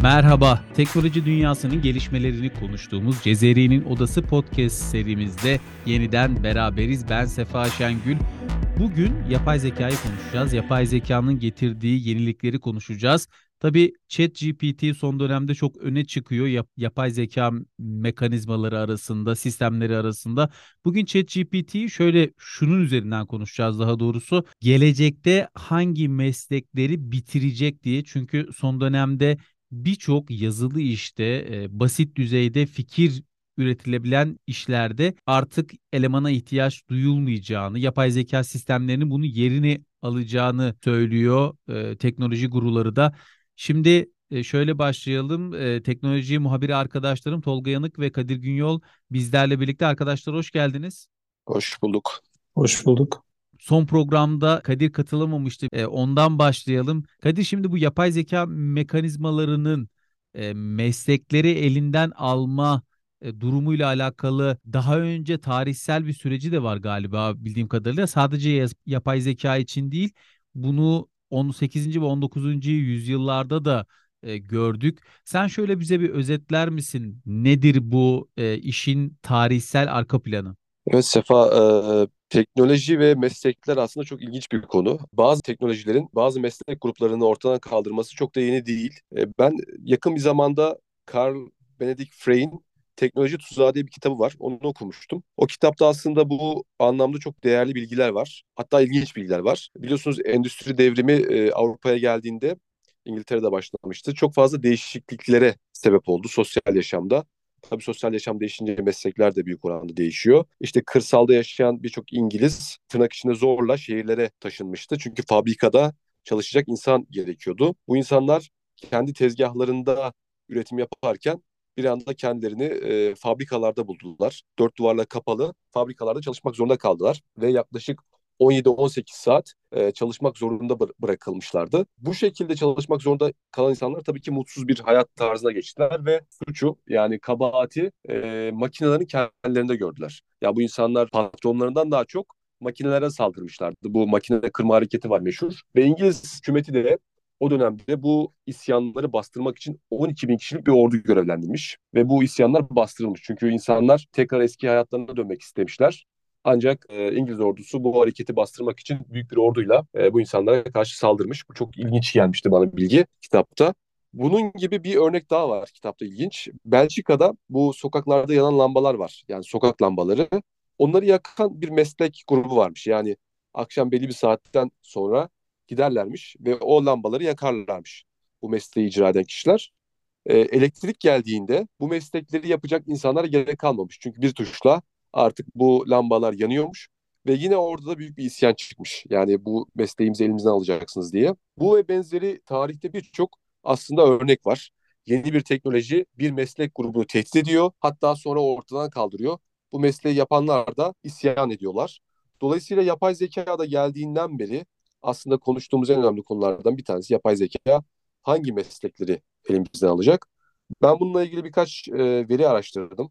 Merhaba, teknoloji dünyasının gelişmelerini konuştuğumuz Cezeri'nin Odası podcast serimizde yeniden beraberiz. Ben Sefa Şengül. Bugün yapay zekayı konuşacağız. Yapay zekanın getirdiği yenilikleri konuşacağız. Tabii ChatGPT son dönemde çok öne çıkıyor yapay zeka mekanizmaları arasında, sistemleri arasında. Bugün ChatGPT'yi şunun üzerinden konuşacağız daha doğrusu. Gelecekte hangi meslekleri bitirecek diye. Çünkü son dönemde birçok yazılı işte basit düzeyde fikir üretilebilen işlerde artık elemana ihtiyaç duyulmayacağını, yapay zeka sistemlerinin bunun yerini alacağını söylüyor teknoloji guruları da. Şimdi şöyle başlayalım. Teknoloji muhabiri arkadaşlarım Tolga Yanık ve Kadir Günyol bizlerle birlikte. Arkadaşlar hoş geldiniz. Hoş bulduk. Hoş bulduk. Son programda Kadir katılamamıştı. Ondan başlayalım. Kadir, şimdi bu yapay zeka mekanizmalarının meslekleri elinden alma durumuyla alakalı daha önce tarihsel bir süreci de var galiba bildiğim kadarıyla. Sadece yapay zeka için değil, bunu 18. ve 19. yüzyıllarda da gördük. Sen şöyle bize bir özetler misin? Nedir bu işin tarihsel arka planı? Evet Sefa, teknoloji ve meslekler aslında çok ilginç bir konu. Bazı teknolojilerin bazı meslek gruplarını ortadan kaldırması çok da yeni değil. Ben yakın bir zamanda Carl Benedict Frey'in Teknoloji Tuzağı diye bir kitabı var. Onu okumuştum. O kitapta aslında bu anlamda çok değerli bilgiler var. Hatta ilginç bilgiler var. Biliyorsunuz endüstri devrimi Avrupa'ya geldiğinde İngiltere'de başlamıştı. Çok fazla değişikliklere sebep oldu sosyal yaşamda. Tabii sosyal yaşam değişince meslekler de büyük oranda değişiyor. İşte kırsalda yaşayan birçok İngiliz tırnak içinde zorla şehirlere taşınmıştı. Çünkü fabrikada çalışacak insan gerekiyordu. Bu insanlar kendi tezgahlarında üretim yaparken bir anda kendilerini fabrikalarda buldular. Dört duvarla kapalı fabrikalarda çalışmak zorunda kaldılar ve yaklaşık 17-18 saat çalışmak zorunda bırakılmışlardı. Bu şekilde çalışmak zorunda kalan insanlar tabii ki mutsuz bir hayat tarzına geçtiler ve suçu yani kabahati makinelerin kendilerinde gördüler. Ya bu insanlar patronlarından daha çok makinelere saldırmışlardı. Bu makine kırma hareketi var meşhur. Ve İngiliz hükümeti de o dönemde bu isyanları bastırmak için 12 bin kişilik bir ordu görevlendirmiş. Ve bu isyanlar bastırılmış. Çünkü insanlar tekrar eski hayatlarına dönmek istemişler. Ancak İngiliz ordusu bu hareketi bastırmak için büyük bir orduyla bu insanlara karşı saldırmış. Bu çok ilginç gelmişti bana bilgi kitapta. Bunun gibi bir örnek daha var kitapta ilginç. Belçika'da bu sokaklarda yanan lambalar var. Yani sokak lambaları. Onları yakan bir meslek grubu varmış. Yani akşam belli bir saatten sonra giderlermiş ve o lambaları yakarlarmış. Bu mesleği icra eden kişiler. Elektrik geldiğinde bu meslekleri yapacak insanlar gerek kalmamış. Çünkü bir tuşla artık bu lambalar yanıyormuş ve yine orada da büyük bir isyan çıkmış. Yani bu mesleğimizi elimizden alacaksınız diye. Bu ve benzeri tarihte birçok aslında örnek var. Yeni bir teknoloji bir meslek grubunu tehdit ediyor, hatta sonra ortadan kaldırıyor. Bu mesleği yapanlar da isyan ediyorlar. Dolayısıyla yapay zeka da geldiğinden beri aslında konuştuğumuz en önemli konulardan bir tanesi yapay zeka hangi meslekleri elimizden alacak. Ben bununla ilgili birkaç veri araştırdım.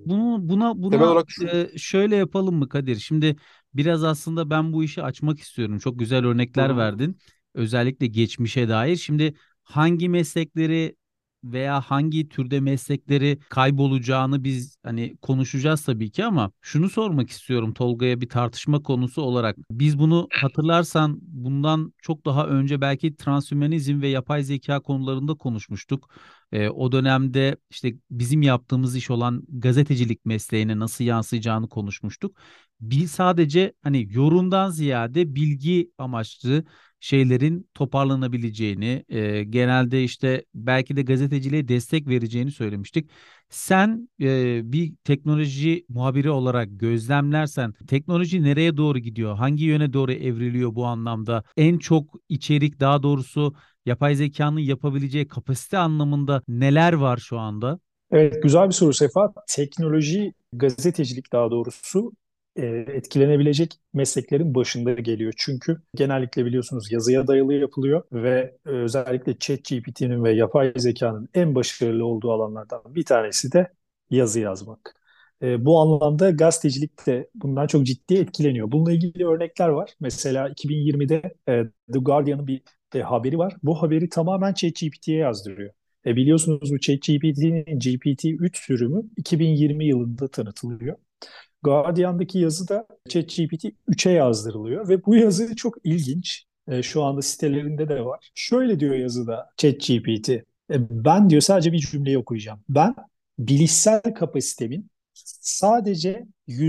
Temel Buna olarak şu. şöyle yapalım mı Kadir? Şimdi biraz aslında ben bu işi açmak istiyorum. Çok güzel Hı örnekler hı. verdin. Özellikle geçmişe dair. Şimdi hangi meslekleri veya hangi türde meslekleri kaybolacağını biz hani konuşacağız tabii ki, ama şunu sormak istiyorum Tolga'ya bir tartışma konusu olarak. Biz bunu hatırlarsan bundan çok daha önce belki transhümanizm ve yapay zeka konularında konuşmuştuk. O dönemde işte bizim yaptığımız iş olan gazetecilik mesleğine nasıl yansıyacağını konuşmuştuk. Bir sadece hani yorumdan ziyade bilgi amaçlı şeylerin toparlanabileceğini, genelde işte belki de gazeteciliğe destek vereceğini söylemiştik. Sen bir teknoloji muhabiri olarak gözlemlersen teknoloji nereye doğru gidiyor? Hangi yöne doğru evriliyor bu anlamda? En çok içerik, daha doğrusu yapay zekanın yapabileceği kapasite anlamında neler var şu anda? Evet, güzel bir soru Sefa. Teknoloji, gazetecilik daha doğrusu etkilenebilecek mesleklerin başında geliyor. Çünkü genellikle biliyorsunuz yazıya dayalı yapılıyor ve özellikle ChatGPT'nin ve yapay zekanın en başarılı olduğu alanlardan bir tanesi de yazı yazmak. Bu anlamda gazetecilik de bundan çok ciddi etkileniyor. Bununla ilgili örnekler var. Mesela 2020'de The Guardian'ın bir haberi var. Bu haberi tamamen ChatGPT'ye yazdırıyor. Biliyorsunuz bu ChatGPT'nin GPT-3 sürümü 2020 yılında tanıtılıyor. Guardian'daki yazı da ChatGPT 3'e yazdırılıyor ve bu yazı çok ilginç. Şu anda sitelerinde de var. Şöyle diyor yazıda ChatGPT. Ben diyor sadece bir cümleyi okuyacağım. Ben bilişsel kapasitemin sadece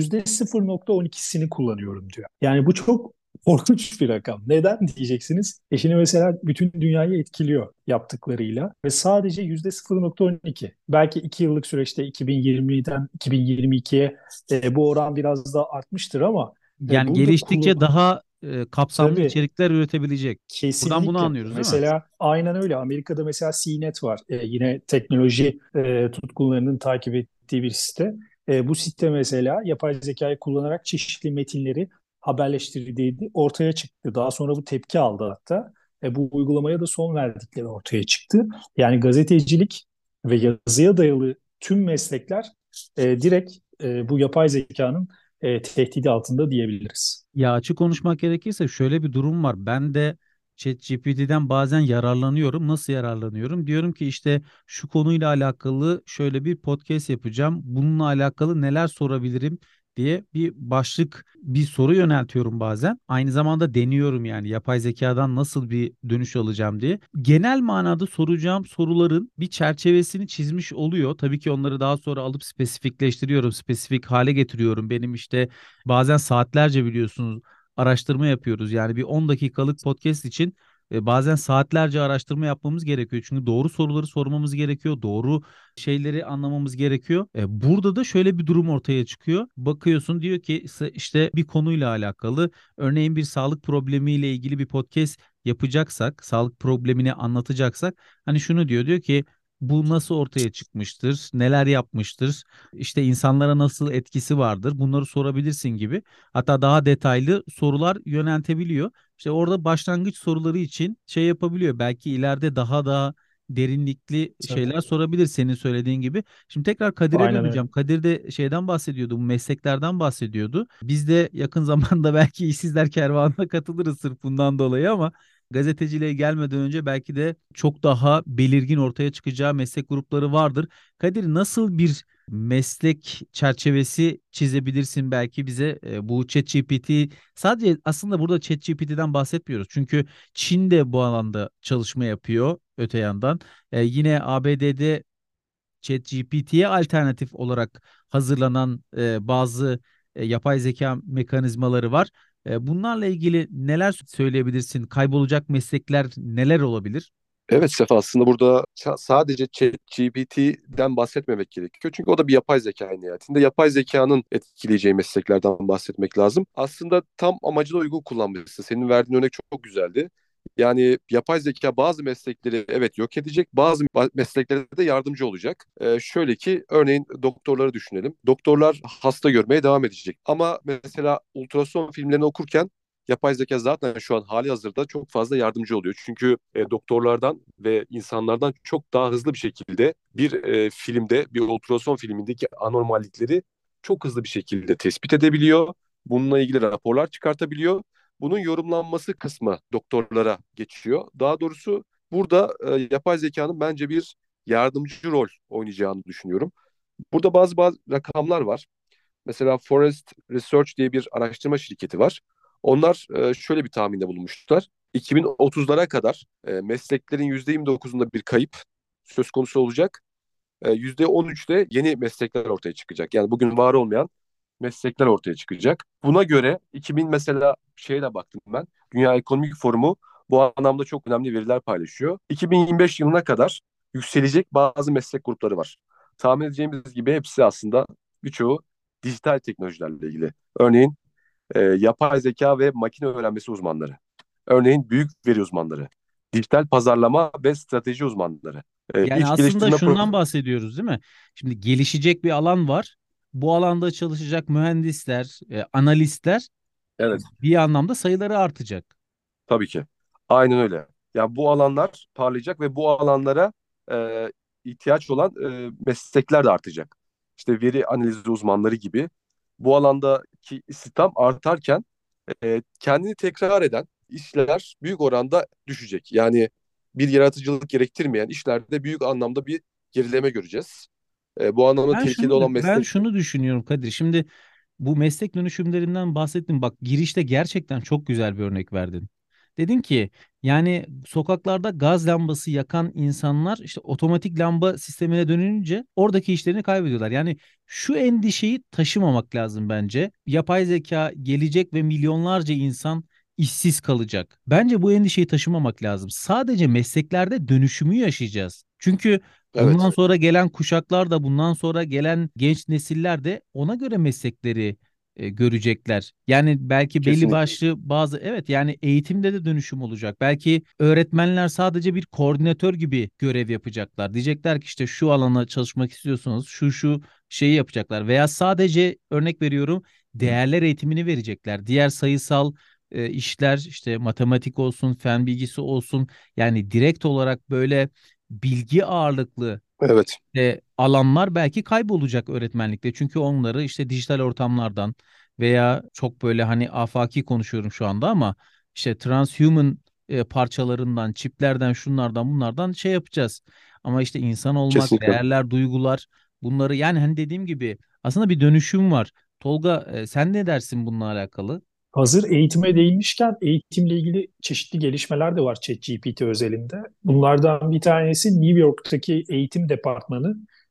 %0,12'sini kullanıyorum diyor. Yani bu çok korkunç bir rakam. Neden diyeceksiniz? Şimdi mesela bütün dünyayı etkiliyor yaptıklarıyla ve sadece %0,12. Belki 2 yıllık süreçte 2020'den 2022'ye bu oran biraz daha artmıştır ama Yani burada geliştikçe daha kapsamlı tabii içerikler üretebilecek. Buradan bunu kesinlikle. anlıyoruz değil mi? Mesela aynen öyle. Amerika'da mesela CNET var. Yine teknoloji tutkunlarının takip ettiği bir site. Bu site mesela yapay zekayı kullanarak çeşitli metinleri haberleştirdiği ortaya çıktı. Daha sonra bu tepki aldı hatta. Bu uygulamaya da son verdikleri ortaya çıktı. Yani gazetecilik ve yazıya dayalı tüm meslekler direkt bu yapay zekanın tehdidi altında diyebiliriz. Ya açık konuşmak gerekirse şöyle bir durum var. Ben de ChatGPT'den bazen yararlanıyorum. Nasıl yararlanıyorum? Diyorum ki işte şu konuyla alakalı şöyle bir podcast yapacağım. Bununla alakalı neler sorabilirim diye bir başlık, bir soru yöneltiyorum bazen. Aynı zamanda deniyorum yani yapay zekadan nasıl bir dönüş alacağım diye. Genel manada soracağım soruların bir çerçevesini çizmiş oluyor. Tabii ki onları daha sonra alıp spesifikleştiriyorum, spesifik hale getiriyorum. Benim işte bazen saatlerce biliyorsunuz araştırma yapıyoruz. Yani bir 10 dakikalık podcast için bazen saatlerce araştırma yapmamız gerekiyor. Çünkü doğru soruları sormamız gerekiyor. Doğru şeyleri anlamamız gerekiyor. Burada da şöyle bir durum ortaya çıkıyor. Bakıyorsun diyor ki işte bir konuyla alakalı örneğin bir sağlık problemiyle ilgili bir podcast yapacaksak, sağlık problemini anlatacaksak hani şunu diyor ki bu nasıl ortaya çıkmıştır, neler yapmıştır, işte insanlara nasıl etkisi vardır bunları sorabilirsin gibi. Hatta daha detaylı sorular yöneltebiliyor. İşte orada başlangıç soruları için şey yapabiliyor. Belki ileride daha derinlikli Tabii. şeyler sorabilir senin söylediğin gibi. Şimdi tekrar Kadir'e Aynen öyle. döneceğim. Kadir de şeyden bahsediyordu, bu mesleklerden bahsediyordu. Biz de yakın zamanda belki işsizler kervanına katılırız sırf bundan dolayı ama gazeteciliğe gelmeden önce belki de çok daha belirgin ortaya çıkacağı meslek grupları vardır. Kadir nasıl bir meslek çerçevesi çizebilirsin belki bize bu ChatGPT sadece aslında burada ChatGPT'den bahsetmiyoruz. Çünkü Çin de bu alanda çalışma yapıyor öte yandan. Yine ABD'de ChatGPT'ye alternatif olarak hazırlanan bazı yapay zeka mekanizmaları var. Bunlarla ilgili neler söyleyebilirsin? Kaybolacak meslekler neler olabilir? Evet Sefa, aslında burada sadece ChatGPT'den bahsetmemek gerekiyor. Çünkü o da bir yapay zeka nihayetinde. Yapay zekanın etkileyeceği mesleklerden bahsetmek lazım. Aslında tam amacına uygun kullanmışsın. Senin verdiğin örnek çok güzeldi. Yani yapay zeka bazı meslekleri evet yok edecek, bazı mesleklere de yardımcı olacak. Şöyle ki örneğin doktorları düşünelim. Doktorlar hasta görmeye devam edecek. Ama mesela ultrason filmlerini okurken yapay zeka zaten şu an hali hazırda çok fazla yardımcı oluyor. Çünkü doktorlardan ve insanlardan çok daha hızlı bir şekilde bir filmde, bir ultrason filmindeki anormallikleri çok hızlı bir şekilde tespit edebiliyor. Bununla ilgili raporlar çıkartabiliyor. Bunun yorumlanması kısmı doktorlara geçiyor. Daha doğrusu burada yapay zekanın bence bir yardımcı rol oynayacağını düşünüyorum. Burada bazı rakamlar var. Mesela Forest Research diye bir araştırma şirketi var. Onlar şöyle bir tahminde bulunmuşlar. 2030'lara kadar mesleklerin %29'unda bir kayıp söz konusu olacak. %13'te yeni meslekler ortaya çıkacak. Yani bugün var olmayan meslekler ortaya çıkacak. Buna göre 2000 mesela şeye de baktım ben. Dünya Ekonomik Forumu bu anlamda çok önemli veriler paylaşıyor. 2025 yılına kadar yükselecek bazı meslek grupları var. Tahmin edeceğimiz gibi hepsi aslında birçoğu dijital teknolojilerle ilgili. Örneğin yapay zeka ve makine öğrenmesi uzmanları. Örneğin büyük veri uzmanları. Dijital pazarlama ve strateji uzmanları. Yani İç aslında geliştirme şundan bahsediyoruz değil mi? Şimdi gelişecek bir alan var. Bu alanda çalışacak mühendisler, analistler Evet, bir anlamda sayıları artacak. tabii ki. Aynen öyle. Yani bu alanlar parlayacak ve bu alanlara e, ihtiyaç olan meslekler de artacak. İşte veri analizi uzmanları gibi bu alandaki istihdam artarken kendini tekrar eden işler büyük oranda düşecek. Yani bir yaratıcılık gerektirmeyen işlerde büyük anlamda bir gerileme göreceğiz. Bu anlamda tehlikeli olan Ben meslek. şunu düşünüyorum Kadir. Şimdi bu meslek dönüşümlerinden bahsettim. Bak girişte gerçekten çok güzel bir örnek verdin. Dedin ki yani sokaklarda gaz lambası yakan insanlar işte otomatik lamba sistemine dönünce oradaki işlerini kaybediyorlar. Yani şu endişeyi taşımamak lazım bence. Yapay zeka gelecek ve milyonlarca insan işsiz kalacak. Bence bu endişeyi taşımamak lazım. Sadece mesleklerde dönüşümü yaşayacağız. Çünkü bundan Evet, sonra gelen kuşaklar da bundan sonra gelen genç nesiller de ona göre meslekleri görecekler. Yani belki belli kesinlikle. başlı bazı evet yani eğitimde de dönüşüm olacak. Belki öğretmenler sadece bir koordinatör gibi görev yapacaklar. Diyecekler ki işte şu alana çalışmak istiyorsanız şu şeyi yapacaklar veya sadece örnek veriyorum değerler eğitimini verecekler. Diğer sayısal işler işte matematik olsun, fen bilgisi olsun yani direkt olarak böyle bilgi ağırlıklı Evet, alanlar belki kaybolacak öğretmenlikte. Çünkü onları işte dijital ortamlardan veya çok böyle hani afaki konuşuyorum şu anda ama işte transhuman parçalarından, çiplerden, şunlardan, bunlardan şey yapacağız. Ama işte insan olmak, kesinlikle. değerler, duygular bunları yani hani dediğim gibi aslında bir dönüşüm var. Tolga sen ne dersin bununla alakalı? Hazır eğitime değinmişken eğitimle ilgili çeşitli gelişmeler de var ChatGPT özelinde. Bunlardan bir tanesi New York'taki eğitim departmanı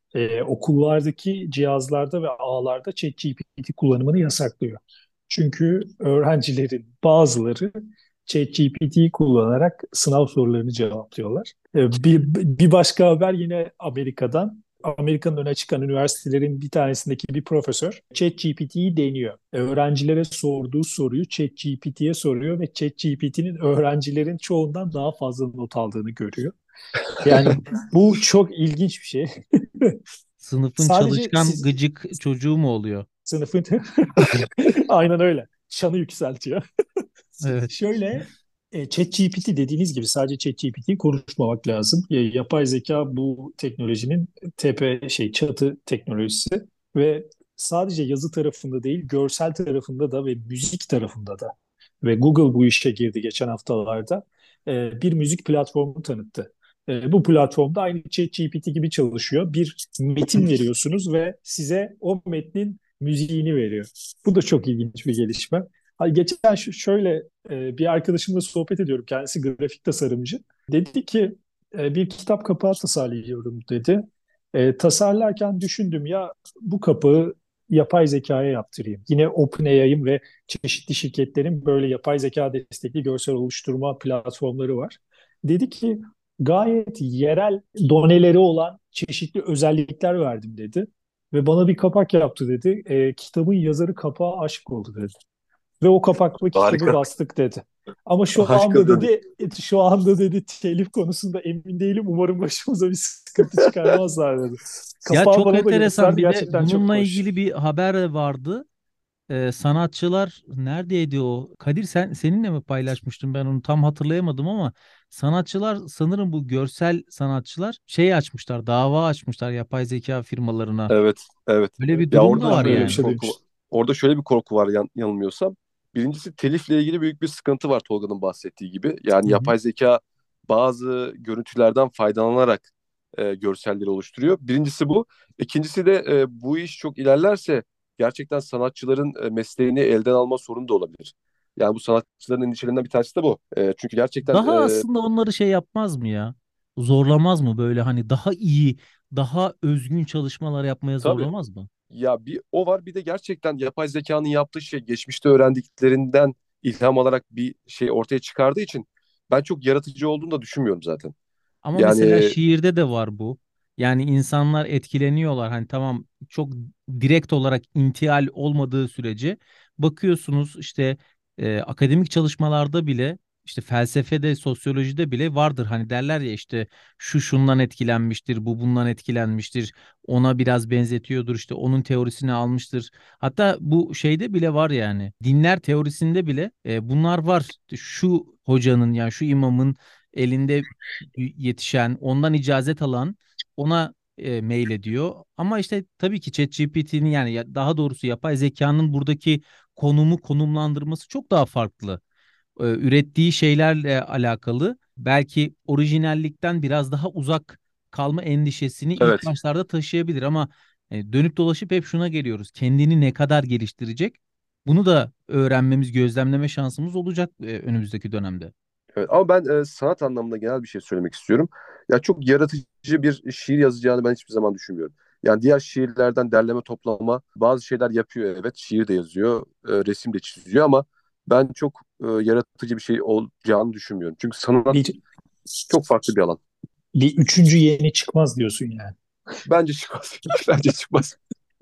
okullardaki cihazlarda ve ağlarda ChatGPT kullanımını yasaklıyor. Çünkü öğrencilerin bazıları ChatGPT'yi kullanarak sınav sorularını cevaplıyorlar. Bir başka haber yine Amerika'dan. Amerika'nın öne çıkan üniversitelerin bir tanesindeki bir profesör ChatGPT'yi deniyor. Öğrencilere sorduğu soruyu ChatGPT'ye soruyor ve ChatGPT'nin öğrencilerin çoğundan daha fazla not aldığını görüyor. Yani bu çok ilginç bir şey. Sınıfın Sadece çalışkan siz gıcık çocuğu mu oluyor? sınıfın aynen öyle. Çanı yükseltiyor. Evet. Şöyle ChatGPT dediğiniz gibi sadece ChatGPT'yi konuşmamak lazım. Yapay zeka bu teknolojinin çatı teknolojisi ve sadece yazı tarafında değil, görsel tarafında da ve müzik tarafında da. Ve Google bu işe girdi geçen haftalarda. Bir müzik platformu tanıttı. Bu platformda aynı ChatGPT gibi çalışıyor. Bir metin veriyorsunuz ve size o metnin müziğini veriyor. Bu da çok ilginç bir gelişme. Geçen şöyle bir arkadaşımla sohbet ediyorum. Kendisi grafik tasarımcı. Dedi ki bir kitap kapağı tasarlıyorum dedi. Tasarlarken düşündüm ya bu kapağı yapay zekaya yaptırayım. Yine OpenAI'ın ve çeşitli şirketlerin böyle yapay zeka destekli görsel oluşturma platformları var. Dedi ki gayet yerel doneleri olan çeşitli özellikler verdim dedi. Ve bana bir kapak yaptı dedi. Kitabın yazarı kapağa aşık oldu dedi. Ve o kapaklı kitabı Harika. bastık dedi. Ama Harika bir örnek. şu anda dedi telif konusunda emin değilim. Umarım başımıza bir sıkıntı çıkarmazlar dedi. Ya Kapağı çok bana da enteresan gösterdi. bir de Gerçekten çok bununla hoş. ilgili bir haber vardı. Sanatçılar neredeydi o? Kadir sen seninle mi paylaşmıştım ben onu tam hatırlayamadım ama sanatçılar sanırım bu görsel sanatçılar şey açmışlar, dava açmışlar yapay zeka firmalarına. Evet, evet. Böyle bir Ya durum da orada var Ben de öyle bir şöyle bir yani. şey korku var. demiştim. Orada şöyle bir korku var yanılmıyorsam. Birincisi telifle ilgili büyük bir sıkıntı var Tolga'nın bahsettiği gibi. Yani Hı hı. yapay zeka bazı görüntülerden faydalanarak görselleri oluşturuyor. Birincisi bu. İkincisi de bu iş çok ilerlerse gerçekten sanatçıların mesleğini elden alma sorunu da olabilir. Yani bu sanatçıların endişelerinden bir tanesi de bu. Çünkü gerçekten Daha aslında onları şey yapmaz mı ya? Zorlamaz mı böyle hani daha iyi, daha özgün çalışmalar yapmaya tabii. zorlamaz mı? Ya bir o var, bir de gerçekten yapay zekanın yaptığı şey geçmişte öğrendiklerinden ilham alarak bir şey ortaya çıkardığı için ben çok yaratıcı olduğunu da düşünmüyorum zaten. Ama mesela Yani şiirde de var bu. Yani insanlar etkileniyorlar. Hani tamam çok direkt olarak intial olmadığı sürece bakıyorsunuz işte akademik çalışmalarda bile işte felsefede, sosyolojide bile vardır. Hani derler ya işte şu şundan etkilenmiştir, bu bundan etkilenmiştir. Ona biraz benzetiyordur işte onun teorisini almıştır. Hatta bu şeyde bile var yani. Dinler teorisinde bile bunlar var. Şu hocanın yani şu imamın elinde yetişen, ondan icazet alan ona mail ediyor. Ama işte tabii ki ChatGPT'nin yani daha doğrusu yapay zekanın buradaki konumlandırması çok daha farklı. Ürettiği şeylerle alakalı. belki orijinallikten biraz daha uzak kalma endişesini ilk Evet. başlarda taşıyabilir ama dönüp dolaşıp hep şuna geliyoruz. Kendini ne kadar geliştirecek? Bunu da öğrenmemiz, gözlemleme şansımız olacak önümüzdeki dönemde. Evet, ama ben sanat anlamında genel bir şey söylemek istiyorum. Ya çok yaratıcı bir şiir yazacağını ben hiçbir zaman düşünmüyorum. Yani diğer şiirlerden derleme toplama bazı şeyler yapıyor, evet, şiir de yazıyor, resim de çiziyor ama ben çok yaratıcı bir şey olacağını düşünmüyorum. Çünkü sanat Bir, çok farklı bir alan. bir üçüncü yeni çıkmaz diyorsun yani. Bence çıkmaz. Bence çıkmaz.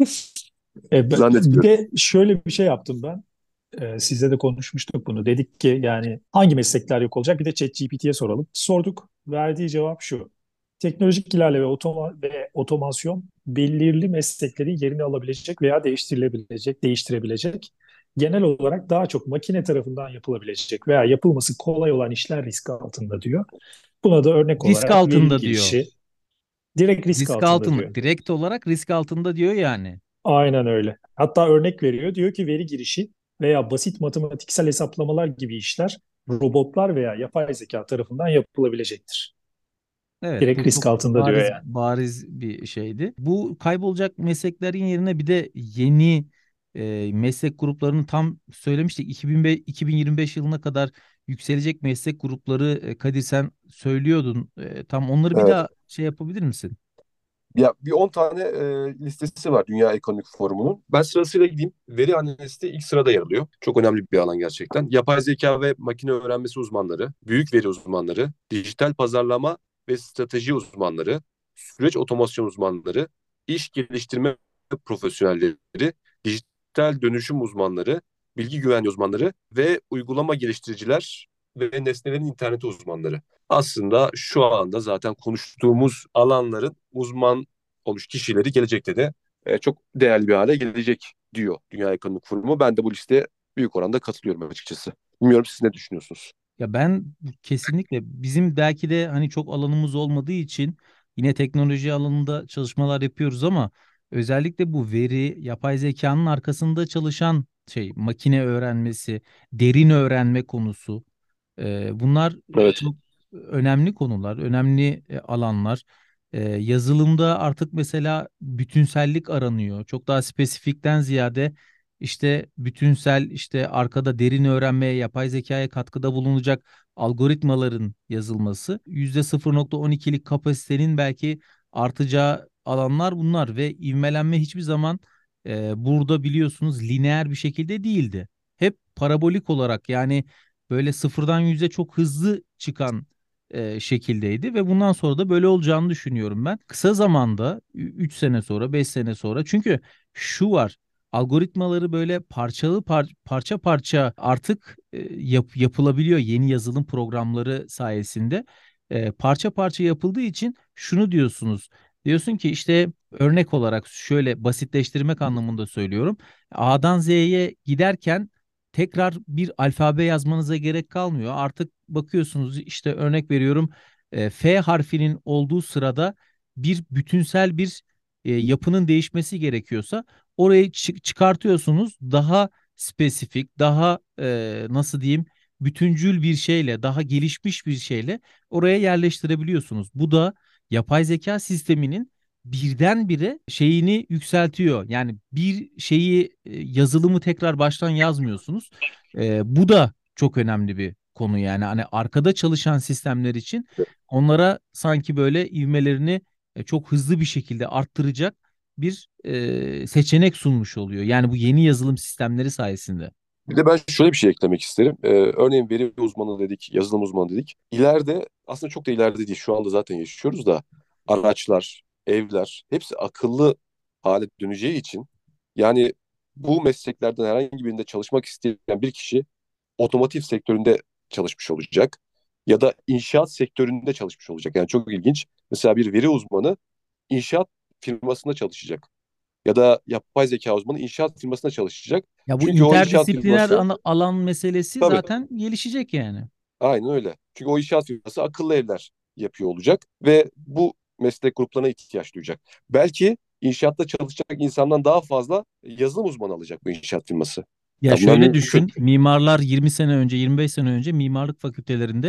Bir Zannetmiyorum. de şöyle bir şey yaptım ben. Sizle de konuşmuştuk bunu. Dedik ki yani hangi meslekler yok olacak? Bir de ChatGPT'ye soralım. Sorduk. Verdiği cevap şu. Teknolojik ilerleme ve otomasyon belirli mesleklerin yerini alabilecek veya değiştirebilecek. Genel olarak daha çok makine tarafından yapılabilecek veya yapılması kolay olan işler risk altında diyor. Buna da örnek Risk olarak veri altında diyor. girişi direkt risk Risk altında diyor. altında, direkt olarak risk altında diyor yani. Aynen öyle. Hatta örnek veriyor. Diyor ki veri girişi veya basit matematiksel hesaplamalar gibi işler robotlar veya yapay zeka tarafından yapılabilecektir. Evet, Direkt bu risk çok altında diyor yani. bariz bir şeydi. Bu kaybolacak mesleklerin yerine bir de yeni meslek gruplarını tam söylemiştik. 2025 yılına kadar yükselecek meslek grupları Kadir sen söylüyordun. Tam onları bir Evet. daha şey yapabilir misin? Ya bir 10 tane listesi var Dünya Ekonomik Forumu'nun. Ben sırasıyla gideyim. Veri analisti ilk sırada yer alıyor. Çok önemli bir alan gerçekten. Yapay zeka ve makine öğrenmesi uzmanları, büyük veri uzmanları, dijital pazarlama ve strateji uzmanları, süreç otomasyon uzmanları, iş geliştirme profesyonelleri, dijital dönüşüm uzmanları, bilgi güvenliği uzmanları ve uygulama geliştiriciler ve nesnelerin interneti uzmanları. Aslında şu anda zaten konuştuğumuz alanların uzman olmuş kişileri gelecekte de çok değerli bir hale gelecek diyor Dünya Ekonomik Forumu. Ben de bu listeye büyük oranda katılıyorum açıkçası. Bilmiyorum siz ne düşünüyorsunuz? Ya ben kesinlikle bizim belki de hani çok alanımız olmadığı için yine teknoloji alanında çalışmalar yapıyoruz ama özellikle bu veri, yapay zekanın arkasında çalışan şey, makine öğrenmesi, derin öğrenme konusu. Bunlar Evet, çok önemli konular, önemli alanlar. Yazılımda artık mesela bütünsellik aranıyor. Çok daha spesifikten ziyade işte bütünsel, işte arkada derin öğrenmeye, yapay zekaya katkıda bulunacak algoritmaların yazılması. %0,12'lik kapasitenin belki artacağı alanlar bunlar ve ivmelenme hiçbir zaman burada biliyorsunuz lineer bir şekilde değildi. Hep parabolik olarak yani böyle sıfırdan yüze çok hızlı çıkan şekildeydi ve bundan sonra da böyle olacağını düşünüyorum ben. Kısa zamanda 3 sene sonra 5 sene sonra çünkü şu var, algoritmaları böyle parça parça artık yapılabiliyor yeni yazılım programları sayesinde. Parça parça yapıldığı için şunu diyorsunuz. Diyorsun ki işte örnek olarak şöyle basitleştirmek anlamında söylüyorum. A'dan Z'ye giderken tekrar bir alfabe yazmanıza gerek kalmıyor. Artık bakıyorsunuz işte örnek veriyorum F harfinin olduğu sırada bir bütünsel bir yapının değişmesi gerekiyorsa orayı çıkartıyorsunuz. Daha spesifik, daha nasıl diyeyim bütüncül bir şeyle, daha gelişmiş bir şeyle oraya yerleştirebiliyorsunuz. Bu da yapay zeka sisteminin birdenbire şeyini yükseltiyor. Yani bir şeyi yazılımı tekrar baştan yazmıyorsunuz. Bu da çok önemli bir konu yani. Hani arkada çalışan sistemler için onlara sanki böyle ivmelerini çok hızlı bir şekilde arttıracak bir seçenek sunmuş oluyor. Yani bu yeni yazılım sistemleri sayesinde. bir de ben şöyle bir şey eklemek isterim. Örneğin veri uzmanı dedik, yazılım uzmanı dedik. İleride, aslında çok da ileride değil, şu anda zaten yaşıyoruz da, araçlar, evler hepsi akıllı hale döneceği için, yani bu mesleklerden herhangi birinde çalışmak isteyen bir kişi otomotiv sektöründe çalışmış olacak ya da inşaat sektöründe çalışmış olacak. Yani çok ilginç. Mesela bir veri uzmanı inşaat firmasında çalışacak ya da yapay zeka uzmanı inşaat firmasında çalışacak. Ya bu Çünkü o inşaat interdisipliner firması, alan meselesi tabii, zaten gelişecek yani. aynen öyle. Çünkü o inşaat firması akıllı evler yapıyor olacak ve bu meslek gruplarına ihtiyaç duyacak. Belki inşaatta çalışacak insandan daha fazla yazılım uzmanı alacak bu inşaat firması. Ya Ya bunlar şöyle mümkün. düşün, mimarlar 20 sene önce, 25 sene önce mimarlık fakültelerinde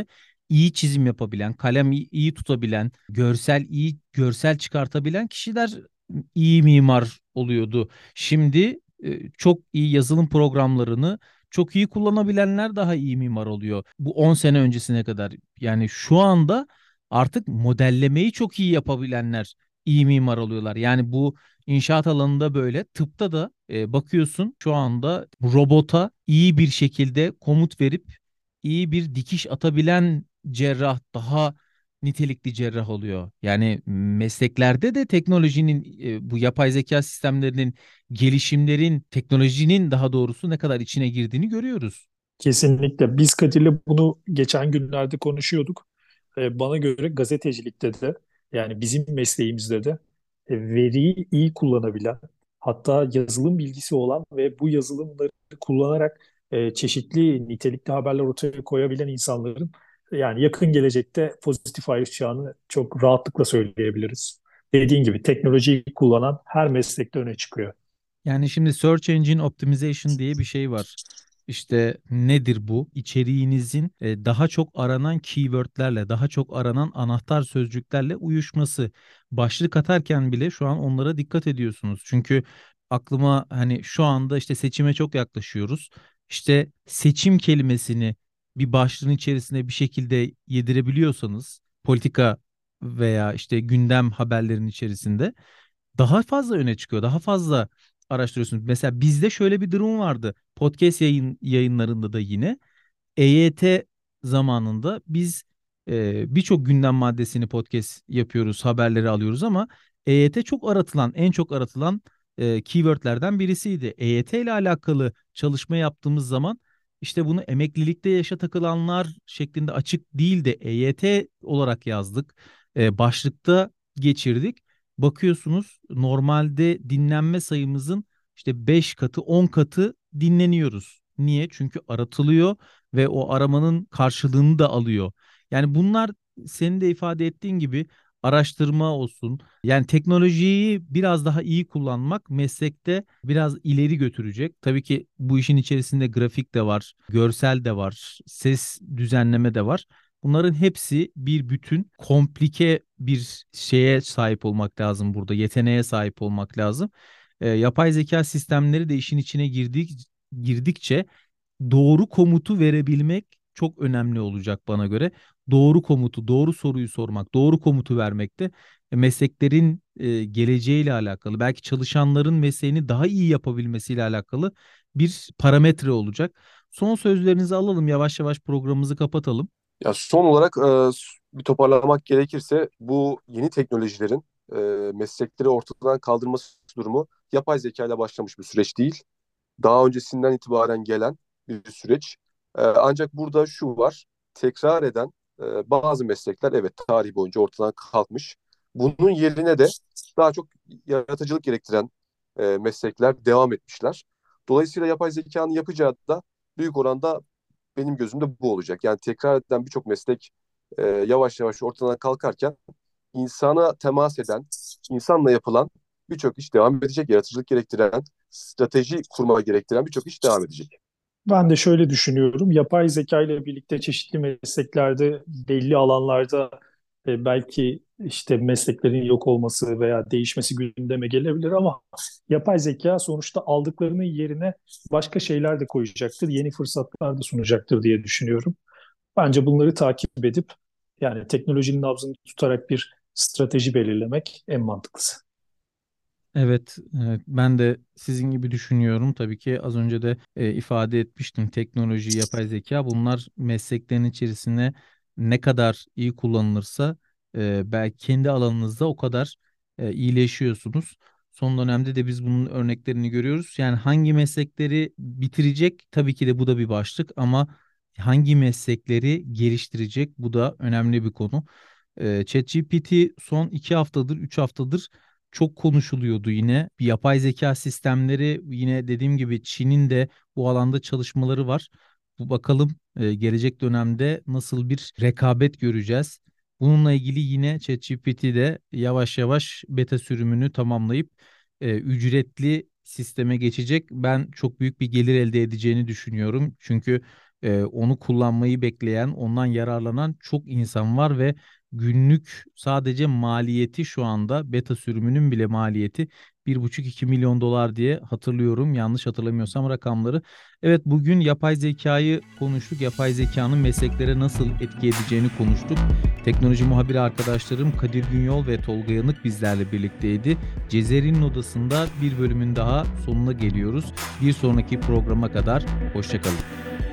iyi çizim yapabilen, kalem iyi tutabilen, iyi görsel çıkartabilen kişiler iyi mimar oluyordu. Şimdi çok iyi yazılım programlarını çok iyi kullanabilenler daha iyi mimar oluyor. Bu 10 sene öncesine kadar. Yani şu anda artık modellemeyi çok iyi yapabilenler iyi mimar oluyorlar. Yani bu inşaat alanında böyle, tıpta da bakıyorsun şu anda robota iyi bir şekilde komut verip iyi bir dikiş atabilen cerrah daha nitelikli cerrah oluyor. Yani mesleklerde de teknolojinin, bu yapay zeka sistemlerinin, teknolojinin daha doğrusu ne kadar içine girdiğini görüyoruz. Kesinlikle. Biz Kadir'le bunu geçen günlerde konuşuyorduk. Bana göre gazetecilikte de yani bizim mesleğimizde de veriyi iyi kullanabilen, hatta yazılım bilgisi olan ve bu yazılımları kullanarak çeşitli nitelikli haberler ortaya koyabilen insanların yani yakın gelecekte pozitif ayrışacağını çok rahatlıkla söyleyebiliriz. Dediğin gibi teknolojiyi kullanan her meslekte öne çıkıyor. Yani şimdi Search Engine Optimization diye bir şey var. İşte nedir bu? İçeriğinizin daha çok aranan keywordlerle, daha çok aranan anahtar sözcüklerle uyuşması. Başlık atarken bile şu an onlara dikkat ediyorsunuz. Çünkü aklıma, hani şu anda işte seçime çok yaklaşıyoruz. İşte seçim kelimesini bir başlığın içerisine bir şekilde yedirebiliyorsanız, politika veya işte gündem haberlerin içerisinde daha fazla öne çıkıyor. Daha fazla araştırıyorsunuz. Mesela bizde şöyle bir durum vardı. Podcast yayınlarında da yine EYT zamanında biz birçok gündem maddesini podcast yapıyoruz, haberleri alıyoruz ama EYT en çok aratılan keywordlerden birisiydi. EYT ile alakalı çalışma yaptığımız zaman işte bunu emeklilikte yaşa takılanlar şeklinde açık değil de EYT olarak yazdık. Başlıkta geçirdik. Bakıyorsunuz normalde dinlenme sayımızın işte 5 katı, 10 katı dinleniyoruz. Niye? Çünkü aratılıyor ve o aramanın karşılığını da alıyor. Yani bunlar senin de ifade ettiğin gibi araştırma olsun. Yani teknolojiyi biraz daha iyi kullanmak meslekte biraz ileri götürecek. Tabii ki bu işin içerisinde grafik de var, görsel de var, ses düzenleme de var. Bunların hepsi bir bütün, komplike bir şeye sahip olmak lazım burada, yeteneğe sahip olmak lazım. Yapay zeka sistemleri de işin içine girdikçe doğru komutu verebilmek çok önemli olacak bana göre. Doğru komutu, doğru soruyu sormak, doğru komutu vermek de mesleklerin geleceğiyle alakalı, belki çalışanların mesleğini daha iyi yapabilmesiyle alakalı bir parametre olacak. Son sözlerinizi alalım, yavaş yavaş programımızı kapatalım. Ya son olarak bir toparlamak gerekirse bu yeni teknolojilerin meslekleri ortadan kaldırması durumu yapay zeka ile başlamış bir süreç değil. Daha öncesinden itibaren gelen bir süreç. Ancak burada şu var, tekrar eden bazı meslekler evet tarih boyunca ortadan kalkmış. Bunun yerine de daha çok yaratıcılık gerektiren meslekler devam etmişler. Dolayısıyla yapay zekanın yapacağı da büyük oranda benim gözümde bu olacak. Yani tekrar eden birçok meslek yavaş yavaş ortadan kalkarken insana temas eden, insanla yapılan birçok iş devam edecek. Yaratıcılık gerektiren, strateji kurma gerektiren birçok iş devam edecek. Ben de şöyle düşünüyorum. Yapay zeka ile birlikte çeşitli mesleklerde, belli alanlarda belki işte mesleklerin yok olması veya değişmesi gündeme gelebilir ama yapay zeka sonuçta aldıklarının yerine başka şeyler de koyacaktır, yeni fırsatlar da sunacaktır diye düşünüyorum. Bence bunları takip edip yani teknolojinin nabzını tutarak bir strateji belirlemek en mantıklısı. Evet, evet, ben de sizin gibi düşünüyorum. Tabii ki az önce de ifade etmiştim. Teknoloji, yapay zeka, bunlar mesleklerin içerisine ne kadar iyi kullanılırsa belki kendi alanınızda o kadar iyileşiyorsunuz. Son dönemde de biz bunun örneklerini görüyoruz. Yani hangi meslekleri bitirecek? Tabii ki de bu da bir başlık ama hangi meslekleri geliştirecek? Bu da önemli bir konu. ChatGPT son 2 haftadır, 3 haftadır çok konuşuluyordu yine. Bir yapay zeka sistemleri, yine dediğim gibi Çin'in de bu alanda çalışmaları var. Bu bakalım gelecek dönemde nasıl bir rekabet göreceğiz. Bununla ilgili yine ChatGPT de yavaş yavaş beta sürümünü tamamlayıp ücretli sisteme geçecek. Ben çok büyük bir gelir elde edeceğini düşünüyorum. Çünkü Onu kullanmayı bekleyen, ondan yararlanan çok insan var ve günlük sadece maliyeti şu anda beta sürümünün bile maliyeti 1,5-2 milyon dolar diye hatırlıyorum. Yanlış hatırlamıyorsam rakamları. Evet, bugün yapay zekayı konuştuk. Yapay zekanın mesleklere nasıl etki edeceğini konuştuk. Teknoloji muhabiri arkadaşlarım Kadir Günyol ve Tolga Yanık bizlerle birlikteydi. Cezeri'nin odasında bir bölümün daha sonuna geliyoruz. Bir sonraki programa kadar hoşça kalın.